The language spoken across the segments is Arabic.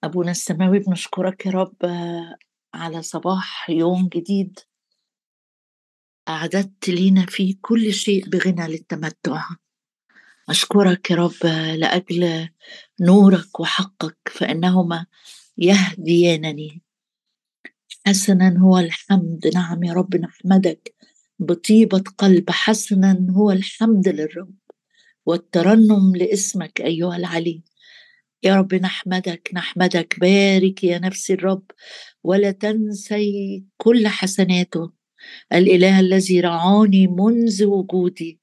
أبونا السماوي بنشكرك يا رب على صباح يوم جديد أعددت لينا فيه كل شيء بغنى للتمتع. أشكرك يا رب لأجل نورك وحقك فإنهما يهديانني. حسنا هو الحمد، نعم يا رب نحمدك بطيبة قلب. حسنا هو الحمد للرب والترنم لاسمك أيها العلي. يا رب نحمدك نحمدك. بارك يا نفسي الرب ولا تنسي كل حسناته، الإله الذي رعاني منذ وجودي.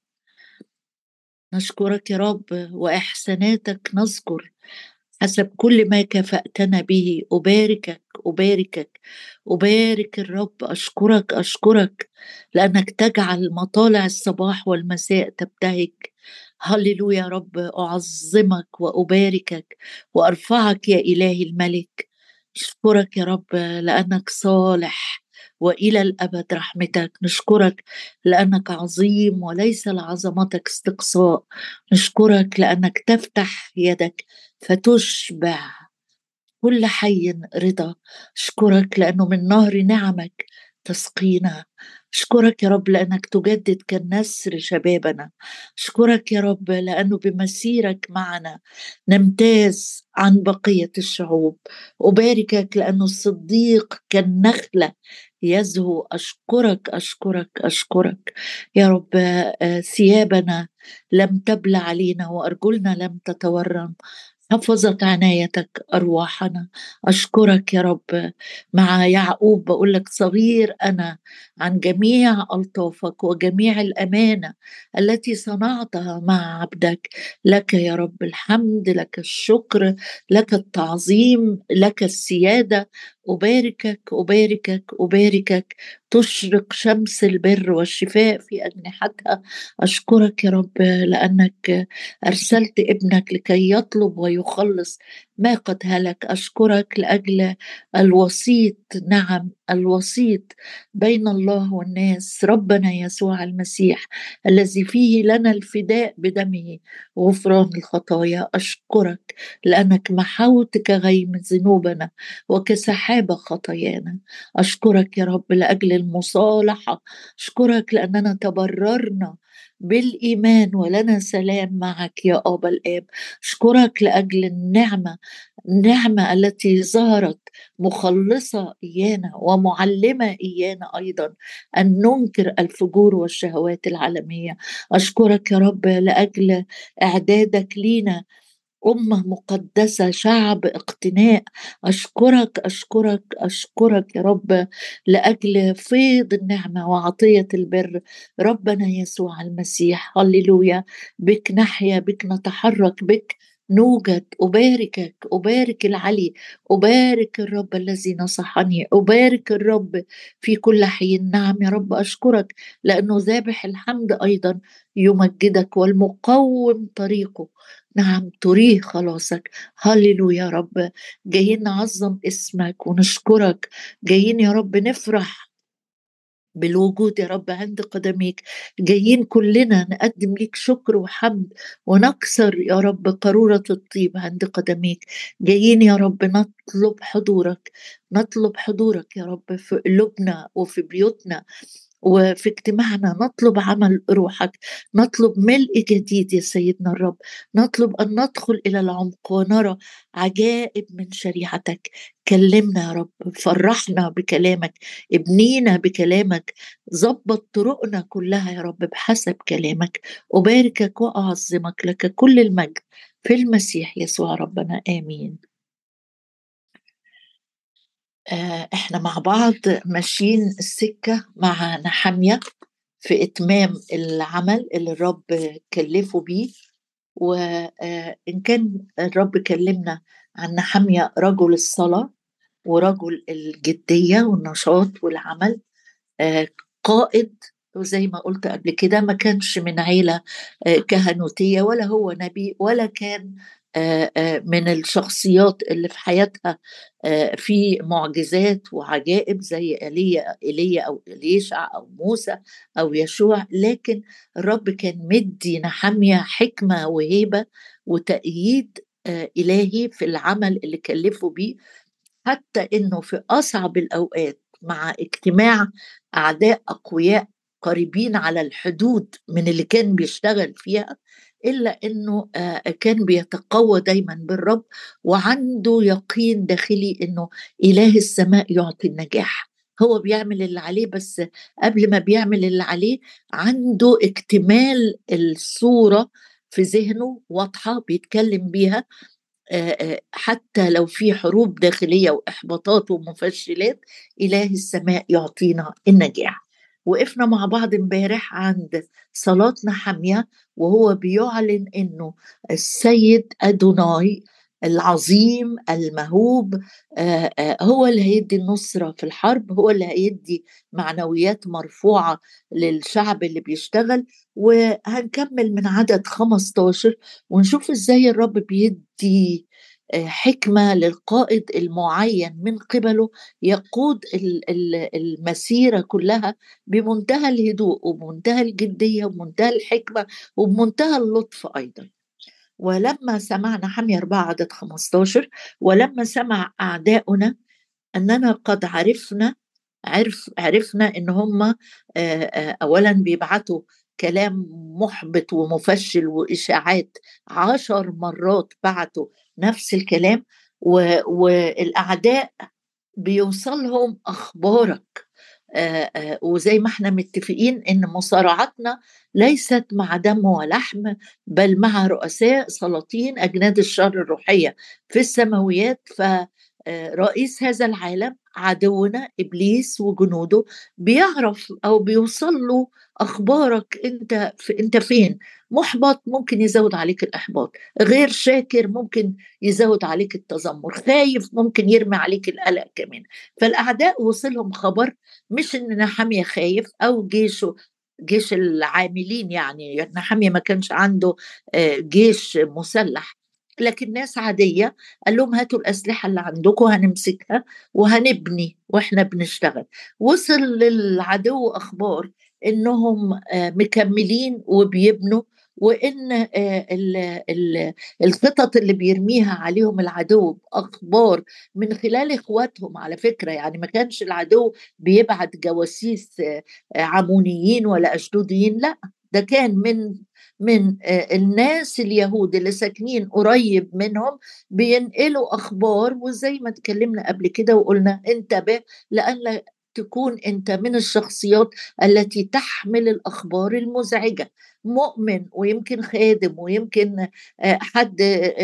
نشكرك يا رب وإحساناتك نذكر حسب كل ما كافأتنا به. أباركك أباركك أبارك الرب. أشكرك أشكرك لأنك تجعل مطالع الصباح والمساء تبتهج. هللويا يا رب. أعظمك وأباركك وأرفعك يا إلهي الملك. أشكرك يا رب لأنك صالح وإلى الأبد رحمتك. نشكرك لأنك عظيم وليس لعظمتك استقصاء. نشكرك لأنك تفتح يدك فتشبع كل حي رضا. أشكرك لأنه من نهر نعمك تسقينا. أشكرك يا رب لأنك تجدد كالنسر شبابنا. أشكرك يا رب لأنه بمسيرك معنا نمتاز عن بقية الشعوب. أباركك لأنه الصديق كالنخلة يزهو. أشكرك أشكرك أشكرك يا رب. ثيابنا لم تبل علينا وأرجلنا لم تتورم. حفظت عنايتك أرواحنا. أشكرك يا رب. مع يعقوب بقول لك صغير أنا عن جميع ألطافك وجميع الأمانة التي صنعتها مع عبدك. لك يا رب الحمد، لك الشكر، لك التعظيم، لك السيادة. أباركك أباركك أباركك. تشرق شمس البر والشفاء في أجنحتها. أشكرك يا رب لأنك أرسلت ابنك لكي يطلب ويخلص ما قد هلك. أشكرك لأجل الوسيط، نعم الوسيط بين الله والناس، ربنا يسوع المسيح الذي فيه لنا الفداء بدمه غفران الخطايا. أشكرك لأنك محوت كغيم ذنوبنا وكسحاب خطايانا. أشكرك يا رب لأجل المصالحة. أشكرك لأننا تبررنا بالإيمان ولنا سلام معك يا أبا الآب. أشكرك لأجل النعمة التي ظهرت مخلصة إيانا ومعلمة إيانا أيضا أن ننكر الفجور والشهوات العالمية. أشكرك يا رب لأجل إعدادك لينا أمة مقدسة، شعب اقتناء. أشكرك أشكرك أشكرك يا رب لأجل فيض النعمة وعطية البر ربنا يسوع المسيح. هللويا. بك نحيا، بك نتحرك، بك نوجد. أباركك أبارك العلي. أبارك الرب الذي نصحني. أبارك الرب في كل حين. نعم يا رب أشكرك لأنه ذابح الحمد أيضا يمجدك والمقوم طريقه، نعم تريه خلاصك. هللويا يا رب. جايين نعظم اسمك ونشكرك. جايين يا رب نفرح بالوجود يا رب عند قدميك. جايين كلنا نقدم ليك شكر وحمد ونكسر يا رب قارورة الطيب عند قدميك. جايين يا رب نطلب حضورك، نطلب حضورك يا رب في قلوبنا وفي بيوتنا وفي اجتماعنا. نطلب عمل روحك، نطلب ملء جديد يا سيدنا الرب. نطلب أن ندخل إلى العمق ونرى عجائب من شريعتك. كلمنا يا رب، فرحنا بكلامك، ابنينا بكلامك، ظبط طرقنا كلها يا رب بحسب كلامك. أباركك وأعظمك، لك كل المجد في المسيح يسوع ربنا آمين. احنا مع بعض ماشيين السكة مع نحمية في إتمام العمل اللي الرب كلفه بيه. وإن كان الرب كلمنا عن نحمية رجل الصلاة ورجل الجدية والنشاط والعمل، آه، قائد، وزي ما قلت قبل كده ما كانش من عيلة كهنوتية ولا هو نبي ولا كان من الشخصيات اللي في حياتها في معجزات وعجائب زي ايليا او اليشع او موسى او يشوع. لكن الرب كان مدي نحمية حكمة وهيبة وتأييد إلهي في العمل اللي كلفه بيه، حتى إنه في أصعب الأوقات مع اجتماع أعداء أقوياء قريبين على الحدود من اللي كان بيشتغل فيها، إلا إنه كان بيتقوى دايما بالرب، وعنده يقين داخلي إنه إله السماء يعطي النجاح. هو بيعمل اللي عليه، بس قبل ما بيعمل اللي عليه عنده اكتمال الصورة في ذهنه واضحة بيتكلم بيها. حتى لو في حروب داخلية وإحباطات ومفشلات، إله السماء يعطينا النجاح. وقفنا مع بعض امبارح عند صلاة نحمية، وهو بيعلن إنه السيد أدوناي العظيم المهوب هو اللي هيدي النصرة في الحرب، هو اللي هيدي معنويات مرفوعة للشعب اللي بيشتغل. وهنكمل من عدد 15 ونشوف ازاي الرب بيدي حكمة للقائد المعين من قبله، يقود المسيرة كلها بمنتهى الهدوء وبمنتهى الجدية وبمنتهى الحكمة وبمنتهى اللطف أيضا. ولما سمعنا حمية 4 عدد 15، ولما سمع أعداؤنا أننا قد عرفنا ان هم اولا بيبعتوا كلام محبط ومفشل واشاعات، 10 مرات بعتوا نفس الكلام، والاعداء بيوصلهم اخبارك. وزي ما احنا متفقين ان مصارعتنا ليست مع دم ولحم، بل مع رؤساء سلاطين اجناد الشر الروحيه في السماويات. فرئيس هذا العالم عدونا ابليس وجنوده بيعرف او بيوصل له اخبارك. انت فين؟ محبط ممكن يزود عليك الاحباط، غير شاكر ممكن يزود عليك التذمر، خايف ممكن يرمي عليك القلق كمان. فالاعداء وصلهم خبر، مش ان نحمية خايف او جيشه، جيش العاملين، يعني نحمية ما كانش عنده جيش مسلح، لكن ناس عادية. قال لهم هاتوا الأسلحة اللي عندكم هنمسكها وهنبني واحنا بنشتغل. وصل للعدو أخبار إنهم مكملين وبيبنوا، وإن الخطط اللي بيرميها عليهم العدو أخبار من خلال إخواتهم. على فكرة يعني ما كانش العدو بيبعت جواسيس عمونيين ولا أشدوديين، لا، ده كان من الناس اليهود اللي ساكنين قريب منهم، بينقلوا أخبار. وزي ما اتكلمنا قبل كده وقلنا انتبه، لأن تكون انت من الشخصيات التي تحمل الأخبار المزعجة. مؤمن ويمكن خادم ويمكن حد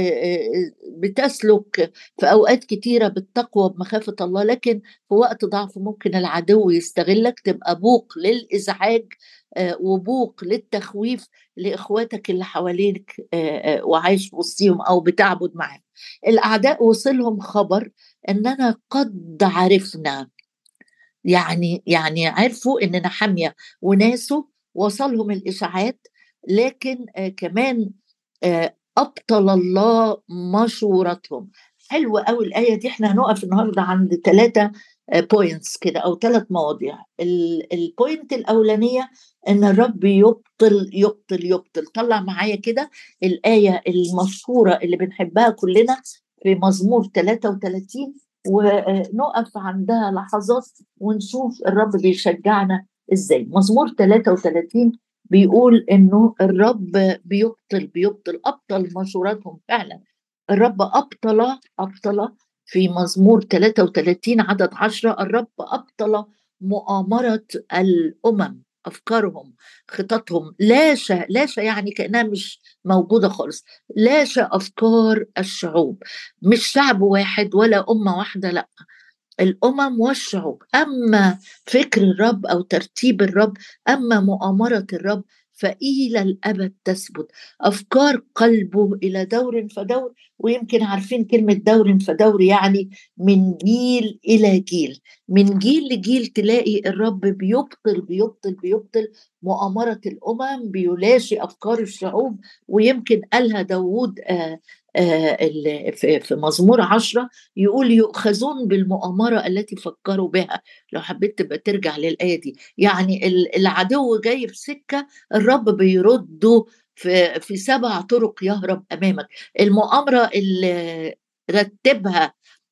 بتسلك في أوقات كتيرة بالتقوى بمخافة الله، لكن في وقت ضعف ممكن العدو يستغلك، تبقى بوق للإزعاج وبوق للتخويف لإخواتك اللي حواليك وعايش وسطيهم أو بتعبد معهم. الأعداء وصلهم خبر أننا قد عرفنا، يعني عرفوا ان نحمية وناسه وصلهم الاشاعات، لكن كمان ابطل الله مشورتهم. حلوة قوي الايه دي. احنا هنقف النهارده عند 3 بوينتس كده او 3 مواضيع. البوينت الاولانيه ان الرب يبطل. طلع معايا كده الايه المشهوره اللي بنحبها كلنا في مزمور 33، ونقف عندها لحظات ونشوف الرب بيشجعنا ازاي. مزمور 33 بيقول انه الرب ابطل مشوراتهم فعلا. الرب ابطل في مزمور 33 عدد 10، الرب ابطل مؤامرة الامم، افكارهم، خططهم، لاشى يعني كانها مش موجوده خالص. لاشى افكار الشعوب، مش شعب واحد ولا امه واحده، لا، الأمم والشعوب. أما فكر الرب أو ترتيب الرب، أما مؤامرة الرب فإلى الأبد تثبت. أفكار قلبه إلى دور فدور. ويمكن عارفين كلمة دور فدور يعني من جيل إلى جيل، من جيل لجيل تلاقي الرب بيبطل مؤامرة الأمم، بيلاشي أفكار الشعوب. ويمكن قالها داود في مزمور 10، يقول يؤخذون بالمؤامرة التي فكروا بها. لو حبيت تبقى ترجع للآية دي، يعني العدو جاي في سكة الرب بيرده في 7 طرق يهرب أمامك. المؤامرة اللي رتّبها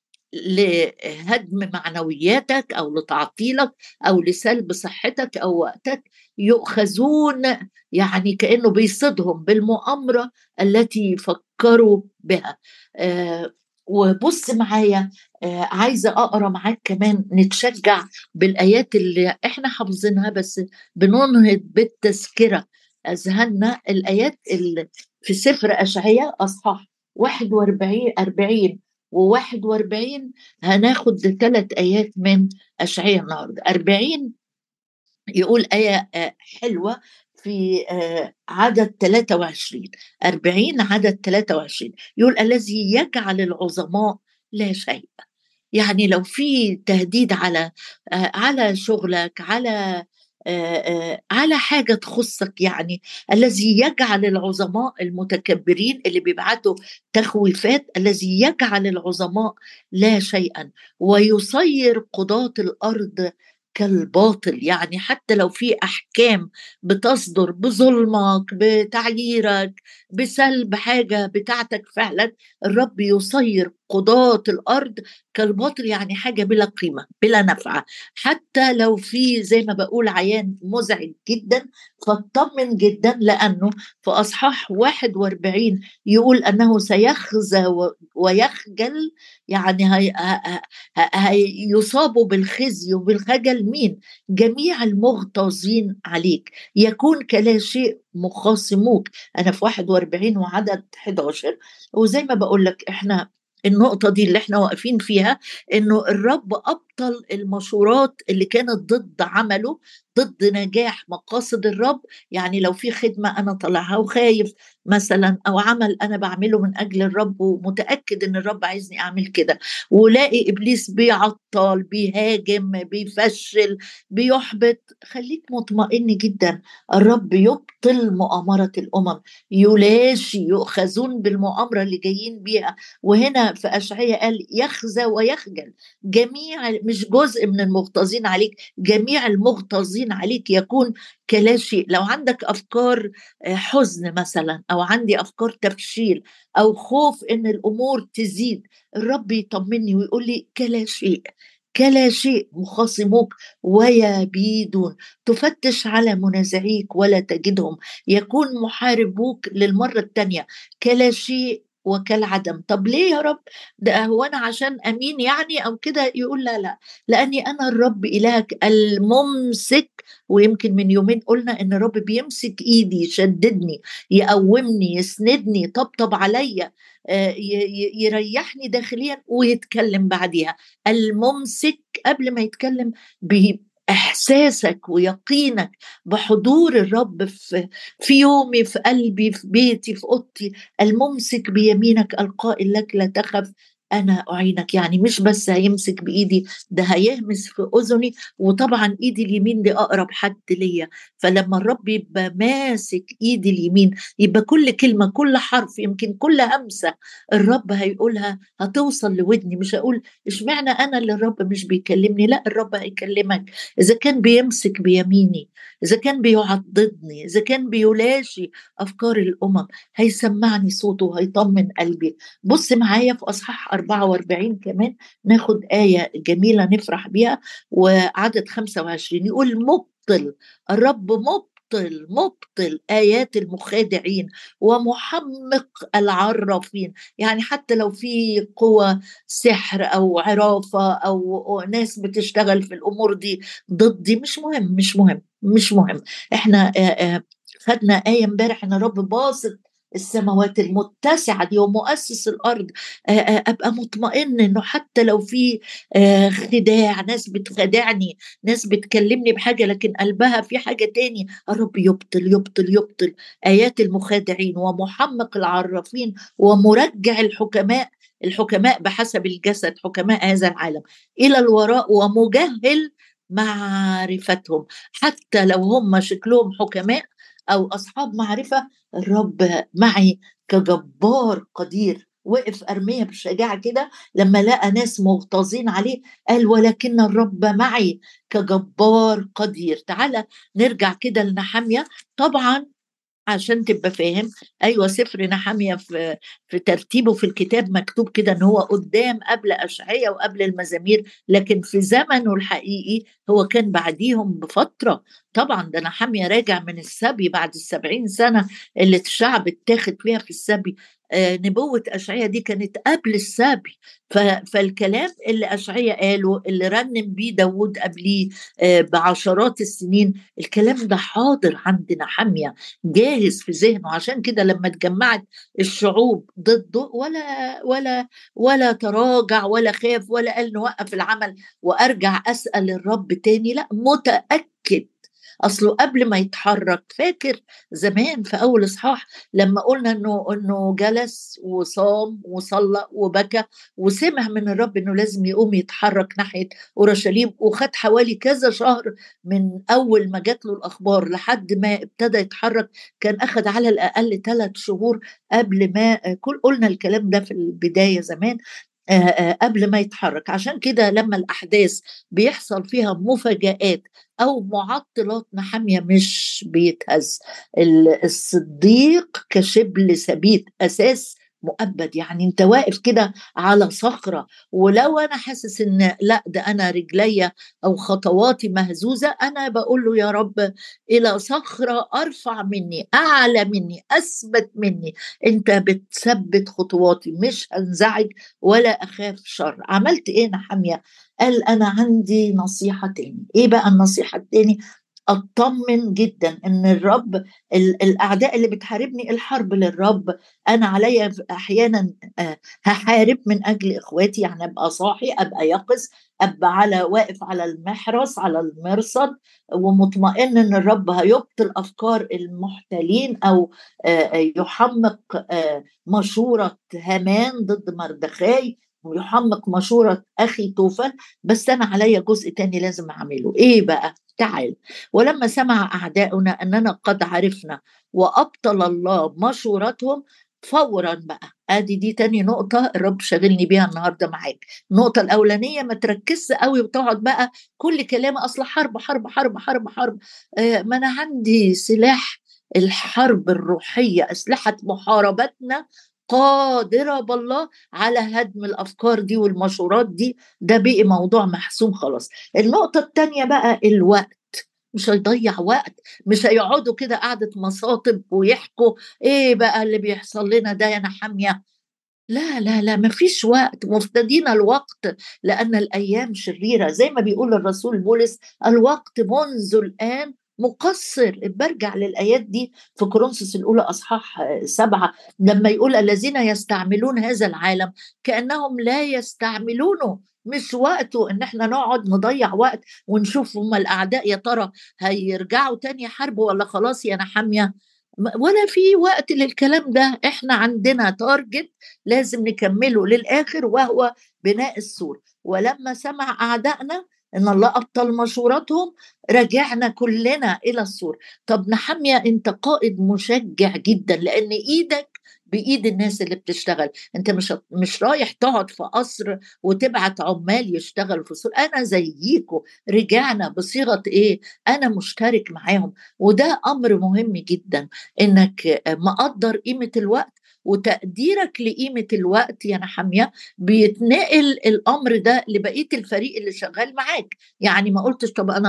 لهدم معنوياتك أو لتعطيلك أو لسلب صحتك أو وقتك، يؤخذون يعني كأنه بيصيدهم بالمؤامرة التي فكروا بها. آه، وبص معايا، عايزة أقرأ معاك كمان نتشجع بالآيات اللي احنا حافظينها، بس بننهض بالتذكرة أذهاننا. الآيات اللي في سفر أشعياء أصحاح 41 40 و41. هناخد 3 آيات من أشعياء النهارده. 40 يقول آية حلوة في عدد 23. 40 عدد 23 يقول: الذي يجعل العظماء لا شيء. يعني لو في تهديد على شغلك، على حاجة تخصك، يعني الذي يجعل العظماء المتكبرين اللي بيبعتوا تخويفات، الذي يجعل العظماء لا شيئا ويصير قضاة الأرض كالباطل. يعني حتى لو في أحكام بتصدر بظلمك، بتعييرك، بسلب حاجة بتاعتك فعلا، الرب يصير قضاة الأرض كالباطل، يعني حاجة بلا قيمة بلا نفعة. حتى لو في زي ما بقول عيان مزعج جدا، فاطمن جدا، لأنه في أصحاح 41 يقول أنه سيخزى ويخجل. يعني هيصابوا بالخزي وبالخجل مين؟ جميع المغتاظين عليك، يكون كلا شيء مخاصموك. أنا في 41 وعدد 11. وزي ما بقول لك احنا النقطة دي اللي احنا واقفين فيها، انه الرب ابطل المشورات اللي كانت ضد عمله، ضد نجاح مقاصد الرب. يعني لو في خدمة انا طلعها وخايف مثلا، او عمل انا بعمله من اجل الرب ومتأكد ان الرب عايزني اعمل كده، ولاقي ابليس بيعطل، بيهاجم، بيفشل، بيحبط، خليك مطمئن جدا. الرب يبطل مؤامرة الامم، يلاشي، يؤخذون بالمؤامرة اللي جايين بيها. وهنا في أشعياء قال يخزى ويخجل جميع، مش جزء من المغتاظين عليك، جميع المغتاظين عليك يكون كلا شيء. لو عندك أفكار حزن مثلا، أو عندي أفكار تفشيل أو خوف إن الأمور تزيد، الرب يطمني ويقول لي كلا شيء، كلا شيء مخاصموك ويبيدون. تفتش على منازعيك ولا تجدهم، يكون محاربوك للمرة الثانية كلا شيء وكالعدم. طب ليه يا رب؟ ده هو انا عشان امين يعني او كده؟ يقول لا لا، لاني انا الرب الهك الممسك. ويمكن من يومين قلنا ان الرب بيمسك ايدي، يشددني، يقومني، يسندني، طبطب عليا، يريحني داخليا ويتكلم بعديها. الممسك قبل ما يتكلم بإحساسك ويقينك بحضور الرب في يومي، في قلبي، في بيتي، في اوضتي. الممسك بيمينك القائل لك لا تخف انا اعينك. يعني مش بس هيمسك بايدي، ده هيهمس في اذني. وطبعا ايدي اليمين دي اقرب حد ليا، فلما الرب يبقى ماسك ايدي اليمين، يبقى كل كلمه، كل حرف، يمكن كل همسه الرب هيقولها هتوصل لودني. مش هقول اشمعنى انا اللي الرب مش بيكلمني، لا، الرب هيكلمك. اذا كان بيمسك بيميني، إذا كان بيعضدني، إذا كان بيلاشي أفكار الأمم، هيسمعني صوته وهيطمن قلبي. بص معايا في أصحاح 44 كمان، ناخد آية جميلة نفرح بيها. وعدد 25 يقول مبطل، الرب مبطل آيات المخادعين ومحمق العرافين. يعني حتى لو في قوة سحر أو عرافة أو ناس بتشتغل في الأمور دي ضدي، مش مهم، مش مهم. احنا خدنا آية امبارح ان الرب باسط السماوات المتسعة دي ومؤسس الأرض. أبقى مطمئن إنه حتى لو في خداع، ناس بتخدعني، ناس بتكلمني بحاجة لكن قلبها في حاجة تاني، الرب يبطل آيات المخادعين ومحمق العرافين ومرجع الحكماء بحسب الجسد، حكماء هذا العالم إلى الوراء، ومجهل معرفتهم. حتى لو هم شكلهم حكماء أو أصحاب معرفة، الرب معي كجبار قدير. وقف أرميا بشجاعة كده لما لقى ناس مغتاظين عليه، قال ولكن الرب معي كجبار قدير. تعالى نرجع كده لنحمية. طبعا عشان تبقى فاهم، ايوه سفر نحمية في ترتيبه في الكتاب مكتوب كده ان هو قدام قبل اشعياء وقبل المزامير، لكن في زمنه الحقيقي هو كان بعديهم بفتره. طبعا ده نحمية راجع من السبي بعد ال70 سنه اللي الشعب اتاخد فيها في السبي. نبوة أشعياء دي كانت قبل السبي. فالكلام اللي أشعياء قاله اللي رنم بيه داود قبليه بعشرات السنين، الكلام ده حاضر عند نحمية، جاهز في ذهنه. عشان كده لما اتجمعت الشعوب ضده ولا تراجع ولا خاف ولا قال نوقف العمل وارجع اسال الرب تاني، لا متاكد. اصله قبل ما يتحرك، فاكر زمان في اول اصحاح لما قلنا انه جلس وصام وصلى وبكى وسمع من الرب انه لازم يقوم يتحرك ناحيه اورشليم، وخد حوالي كذا شهر من اول ما جات له الاخبار لحد ما ابتدى يتحرك. كان أخذ على الأقل 3 شهور قبل ما كل قلنا الكلام ده في البداية زمان. قبل ما يتحرك. عشان كده لما الأحداث بيحصل فيها مفاجآت أو معطلات نحامية مش بيتهز. الصديق كشبل ثبيت، أساس مؤبد. يعني انت واقف كده على صخرة، ولو انا حاسس ان لا ده انا رجليا او خطواتي مهزوزة، انا بقول له يا رب الى صخرة ارفع مني، اعلى مني، اثبت مني. انت بتثبت خطواتي، مش هنزعج ولا اخاف شر. عملت ايه نحمية؟ قال انا عندي نصيحة تاني. ايه بقى النصيحة التاني؟ اطمن جدا ان الرب، الاعداء اللي بتحاربني الحرب للرب. انا عليا احيانا هحارب من اجل اخواتي، يعني ابقى صاحي، ابقى يقظ، ابقى واقف على المحرس على المرصد، ومطمئن ان الرب هيبطل افكار المحتالين او يحمق مشوره هامان ضد مردخاي، ويحمق مشوره اخي توفل. بس انا عليا جزء تاني لازم اعمله. ايه بقى؟ تعال. ولما سمع اعداؤنا اننا قد عرفنا وابطل الله مشورتهم، فورا بقى. دي تاني نقطة الرب شاغلني بيها النهاردة معاك. النقطة الأولانية ما تركزش قوي وتقعد بقى كل كلام أصل حرب حرب حرب حرب حرب. ما أنا عندي سلاح الحرب الروحية، أسلحة محاربتنا قادرة بالله على هدم الأفكار دي والمشورات دي. ده بقي موضوع محسوم خلاص. النقطة التانية بقى الوقت. مش هيضيع وقت، مش هيقعدوا كده قعدة مصاطب ويحكوا ايه بقى اللي بيحصل لنا ده يا نحامية. لا لا لا، مفيش وقت، مفتدين الوقت لأن الأيام شريرة. زي ما بيقول الرسول بولس الوقت منذ الآن مقصر. برجع للآيات دي في كورنثوس الأولى أصحاح 7 لما يقول الذين يستعملون هذا العالم كأنهم لا يستعملونه. مش وقته ان احنا نقعد نضيع وقت ونشوف هم الأعداء يا ترى هيرجعوا تاني حرب ولا خلاص يا نحامية. ولا في وقت للكلام ده. احنا عندنا تارجت لازم نكمله للآخر، وهو بناء السور. ولما سمع أعدائنا إن الله أبطل مشورتهم، رجعنا كلنا إلى السور. طب نحمية أنت قائد مشجع جدا، لأن إيدك بإيد الناس اللي بتشتغل. أنت مش رايح تقعد في قصر وتبعت عمال يشتغلوا في السور. أنا زيكم، رجعنا بصيغة إيه؟ أنا مشترك معاهم. وده أمر مهم جدا، إنك مقدر قيمة الوقت، وتقديرك لقيمة الوقت يا نحمية بيتنقل الأمر ده لبقية الفريق اللي شغال معاك. يعني ما قلتش طب أنا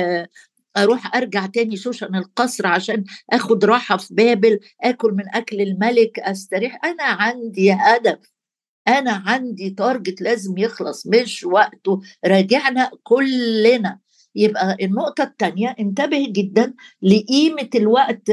أروح أرجع تاني شوشن القصر عشان أخد راحة في بابل، أكل من أكل الملك، أستريح. أنا عندي هدف، أنا عندي تارجت لازم يخلص، مش وقته. راجعنا كلنا. يبقى النقطة التانية انتبه جدا لقيمة الوقت.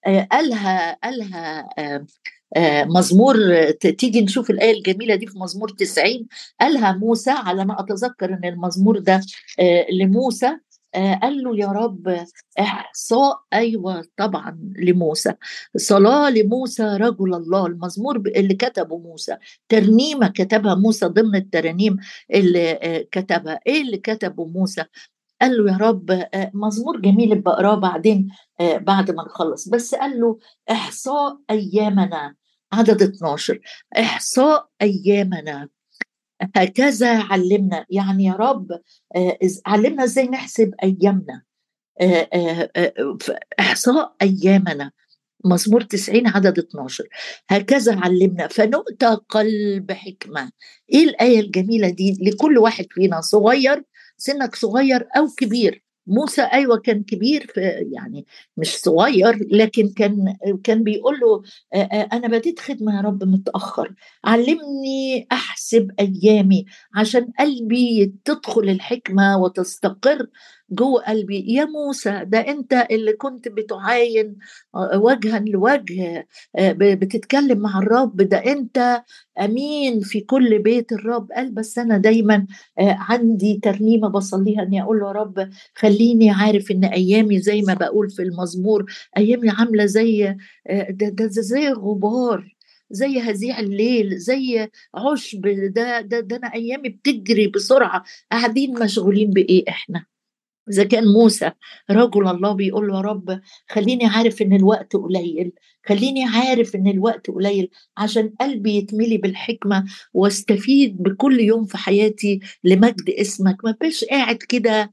قالها مزمور. تيجي نشوف الآية الجميلة دي في مزمور 90. قالها موسى، على ما أتذكر أن المزمور ده لموسى. قال له يا رب إحصاء، أيوة طبعا لموسى، صلاة لموسى رجل الله. المزمور اللي كتبه موسى، ترنيمة كتبها موسى ضمن الترانيم اللي كتبها. إيه اللي كتبه موسى؟ قال له يا رب مزمور جميل بقراه بعدين بعد ما نخلص. بس قال له إحصاء أيامنا، عدد 12، إحصاء أيامنا هكذا علمنا. يعني يا رب علمنا إزاي نحسب أيامنا. إحصاء أيامنا مزمور 90 عدد 12. هكذا علمنا فنؤتى قلب حكمة. ايه الآية الجميلة دي لكل واحد فينا، صغير سنك صغير أو كبير. موسى أيوة كان كبير، في يعني مش صغير، لكن كان بيقول له أنا بديت خدمة يا رب متأخر، علمني أحسب أيامي عشان قلبي تدخل الحكمة وتستقر جوه قلبي. يا موسى ده أنت اللي كنت بتعاين وجها لوجه، بتتكلم مع الرب، ده انت امين في كل بيت الرب. قال بس انا دايما عندي ترنيمه بصليها اني اقول له يا رب خليني عارف ان ايامي زي ما بقول في المزمور، ايامي عامله زي ده زي غبار، زي هزيع الليل، زي عشب. ده انا ايامي بتجري بسرعه. قاعدين مشغولين بايه احنا؟ إذا كان موسى رجل الله بيقول له يا رب خليني عارف إن الوقت قليل، خليني عارف إن الوقت قليل عشان قلبي يتملي بالحكمة واستفيد بكل يوم في حياتي لمجد اسمك. ما بقاش قاعد كده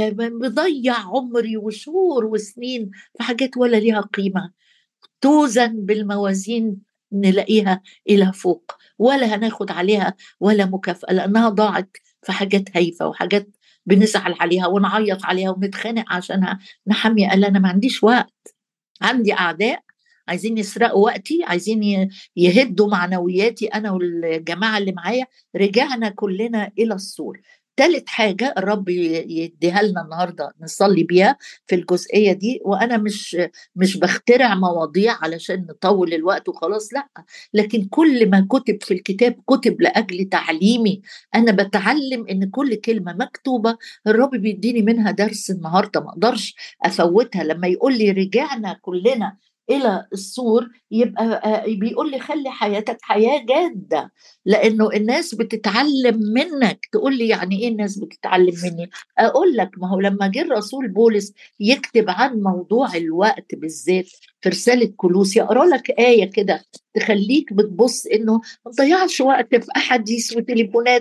بضيع عمري وشهور وسنين في حاجات ولا ليها قيمة. توزن بالموازين نلاقيها إلى فوق، ولا هناخد عليها ولا مكافأة، لأنها ضاعت في حاجات هايفة وحاجات بنزعل عليها ونعيط عليها ونتخانق عشانها. نحمي قال أنا ما عنديش وقت، عندي أعداء عايزين يسرقوا وقتي، عايزين يهدوا معنوياتي أنا والجماعة اللي معايا. رجعنا كلنا إلى السور. تالت حاجة الرب يديها لنا النهاردة نصلي بيها في الجزئية دي، وأنا مش بخترع مواضيع علشان نطول الوقت وخلاص، لا، لكن كل ما كتب في الكتاب كتب لأجل تعليمي. أنا بتعلم إن كل كلمة مكتوبة الرب بيديني منها درس النهاردة، ما أقدرش افوتها. لما يقول لي رجعنا كلنا الى السور، يبقى بيقول لي خلي حياتك حياه جاده، لانه الناس بتتعلم منك. تقول لي يعني ايه الناس بتتعلم مني؟ اقول لك ما هو لما جه الرسول بولس يكتب عن موضوع الوقت بالذات في رساله كولوسي، اقرا لك ايه كده تخليك بتبص انه ما تضيعش وقت في احاديث وتليفونات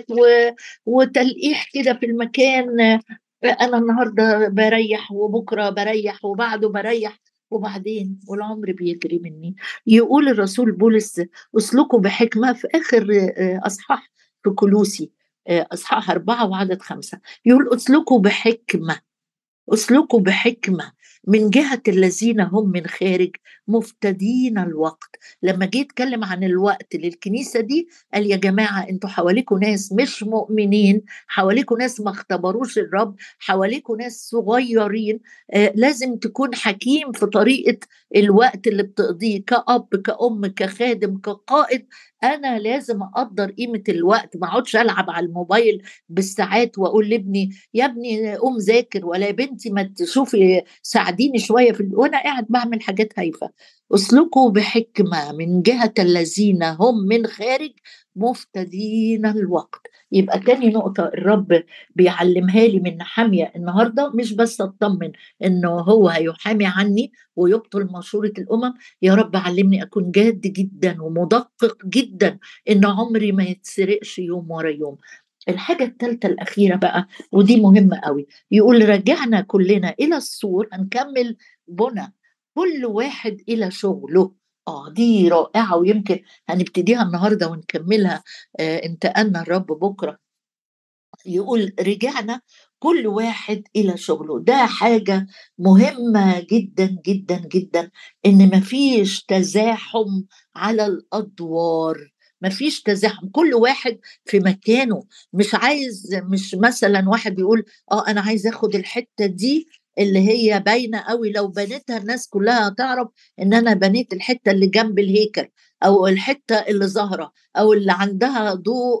وتلقيح كده في المكان. أنا النهاردة بريح وبكرة بريح وبعده بريح وبعدين والعمر بيجري مني. يقول الرسول بولس اسلكوا بحكمة في آخر أصحاح في كلوسي، أصحاح 4 وعدد 5، يقول اسلكوا بحكمة، اسلكوا بحكمة من جهة الذين هم من خارج مفتدين الوقت. لما جيت اتكلم عن الوقت للكنيسة دي قال يا جماعة انتوا حواليكوا ناس مش مؤمنين، حواليكوا ناس ما اختبروش الرب، حواليكوا ناس صغيرين. لازم تكون حكيم في طريقة الوقت اللي بتقضيه كأب كأم كخادم كقائد. انا لازم اقدر قيمة الوقت، ما اقعدش العب على الموبايل بالساعات واقول لابني يا ابني قوم ذاكر، ولا يا بنتي ما تشوفي ساعديني شويه وانا قاعد بعمل حاجات هايفه. اسلكوا بحكمه من جهه الذين هم من خارج مفتدين الوقت. يبقى تاني نقطة الرب بيعلمها لي من نحمية النهاردة، مش بس اطمن انه هو هيحامي عني ويبطل مشورة الامم، يا رب علمني اكون جاد جدا ومدقق جدا ان عمري ما يتسرقش يوم ورا يوم. الحاجة الثالثة الأخيرة بقى ودي مهمة قوي، يقول رجعنا كلنا إلى السور، هنكمل بنا كل واحد إلى شغله. دي رائعة، ويمكن هنبتديها النهاردة ونكملها انتقلنا الرب بكرة. يقول رجعنا كل واحد إلى شغله. ده حاجة مهمة جدا جدا جدا، إن مفيش تزاحم على الأدوار، مفيش تزاحم، كل واحد في مكانه. مش عايز، مش مثلا واحد بيقول أنا عايز أخد الحتة دي اللي هي باينة قوي، لو بنيتها الناس كلها هتعرف إن أنا بنيت الحتة اللي جنب الهيكل، أو الحتة اللي ظاهرة، أو اللي عندها ضوء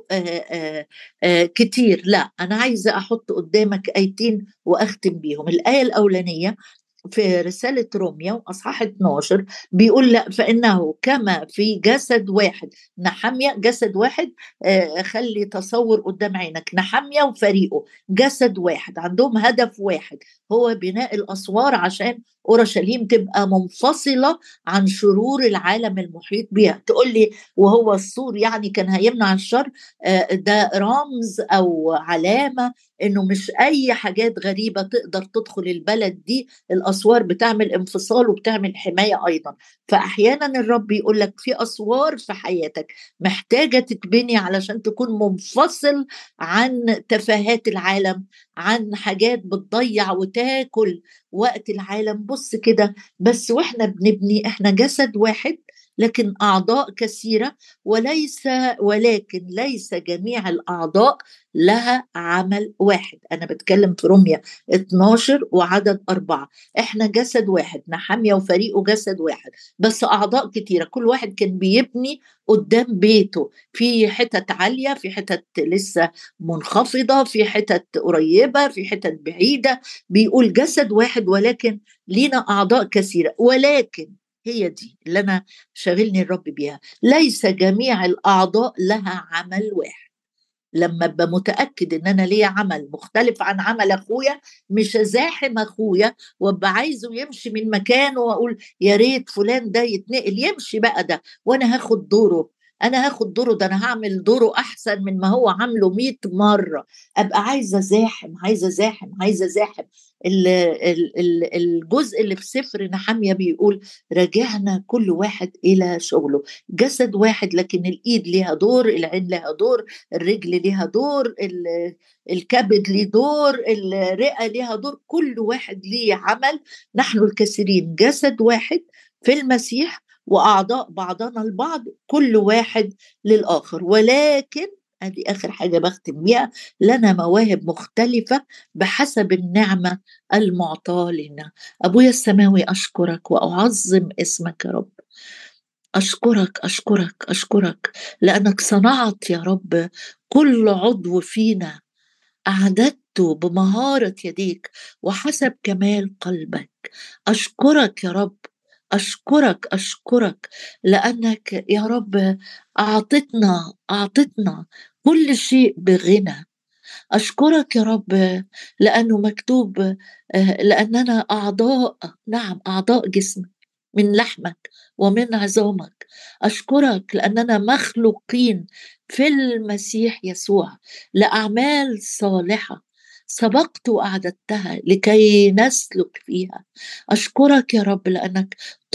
كتير. لا، أنا عايزة أحط قدامك آيتين وأختم بيهم. الآية الأولانية في رسالة روميا أصحاح 12 بيقول لا فإنه كما في جسد واحد. نحمية جسد واحد، خلي تصور قدام عينك، نحمية وفريقه جسد واحد عندهم هدف واحد، هو بناء الأسوار عشان أورشليم تبقى منفصلة عن شرور العالم المحيط بها. تقول لي وهو السور يعني كان هيمنع الشر؟ ده رمز أو علامة إنه مش أي حاجات غريبة تقدر تدخل البلد دي. الأسوار بتعمل انفصال وبتعمل حماية أيضا. فأحيانا الرب يقول لك في أسوار في حياتك محتاجة تتبني علشان تكون منفصل عن تفاهات العالم، عن حاجات بتضيع وتاكل وقت العالم. بص كده، بس واحنا بنبني احنا جسد واحد لكن أعضاء كثيرة، ولكن ليس جميع الأعضاء لها عمل واحد. أنا بتكلم في رمية 12 وعدد 4. إحنا جسد واحد، نحمية وفريقه جسد واحد بس أعضاء كتيرة. كل واحد كان بيبني قدام بيته، في حتت عالية، في حتت لسه منخفضة، في حتت قريبة، في حتت بعيدة. بيقول جسد واحد ولكن لينا أعضاء كثيرة. ولكن هي دي اللي أنا شاغلني الرب بيها، ليس جميع الأعضاء لها عمل واحد. لما ابقى متاكد ان انا ليا عمل مختلف عن عمل اخويا، مش ازاحم اخويا وابقى عايزه يمشي من مكانه واقول يا ريت فلان ده يتنقل يمشي بقى ده وانا هاخد دوره. انا هاخد دوره ده، انا هعمل دوره احسن من ما هو عامله 100 مره. ابقى عايزه ازاحم عايزه ازاحم عايزه ازاحم. الجزء اللي في سفر نحمية بيقول رجعنا كل واحد الى شغله. جسد واحد لكن الايد ليها دور، العين لها دور، الرجل ليها دور، الكبد ليه دور، الرئة ليها دور، كل واحد ليه عمل. نحن الكثيرين جسد واحد في المسيح وأعضاء بعضنا البعض، كل واحد للآخر. ولكن ادي اخر حاجه بختم بيها، لنا مواهب مختلفه بحسب النعمه المعطاه لنا. ابويا السماوي اشكرك واعظم اسمك يا رب. أشكرك أشكرك أشكرك لأنك صنعت يا رب كل عضو فينا، أعددته بمهارة يديك وحسب كمال قلبك. أشكرك يا رب، أشكرك أشكرك لأنك يا رب أعطتنا كل شيء بغنى. أشكرك يا رب لأنه مكتوب لأننا أعضاء، نعم أعضاء جسمك من لحمك ومن عظامك. أشكرك لأننا مخلوقين في المسيح يسوع لأعمال صالحة سبقت وأعددتها لكي نسلك فيها. أشكرك يا رب لأنك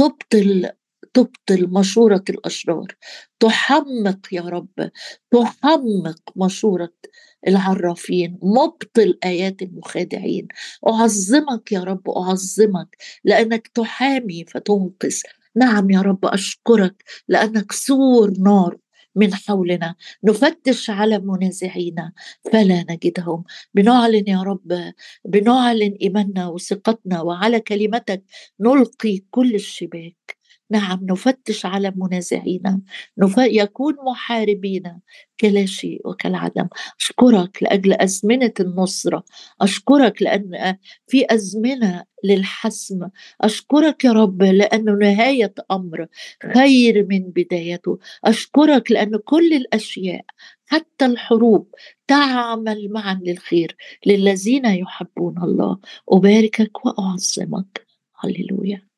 تبطل مشورة الأشرار، تحمق يا رب، تحمق مشورة العرافين، مبطل آيات المخادعين. أعظمك يا رب أعظمك لأنك تحامي فتنقذ. نعم يا رب أشكرك لأنك سور نار من حولنا، نفتش على منازعينا فلا نجدهم. بنعلن يا رب، بنعلن إيماننا وثقتنا وعلى كلمتك نلقي كل الشباك. نعم نفتش على منازعينا، يكون محاربينا كلا شيء وكالعدم. أشكرك لأجل أزمنة النصرة، أشكرك لأن في أزمنة للحسم. أشكرك يا رب لأنه نهاية أمر خير من بدايته. أشكرك لأن كل الأشياء حتى الحروب تعمل معا للخير للذين يحبون الله. أباركك وأعظمك. هللويا.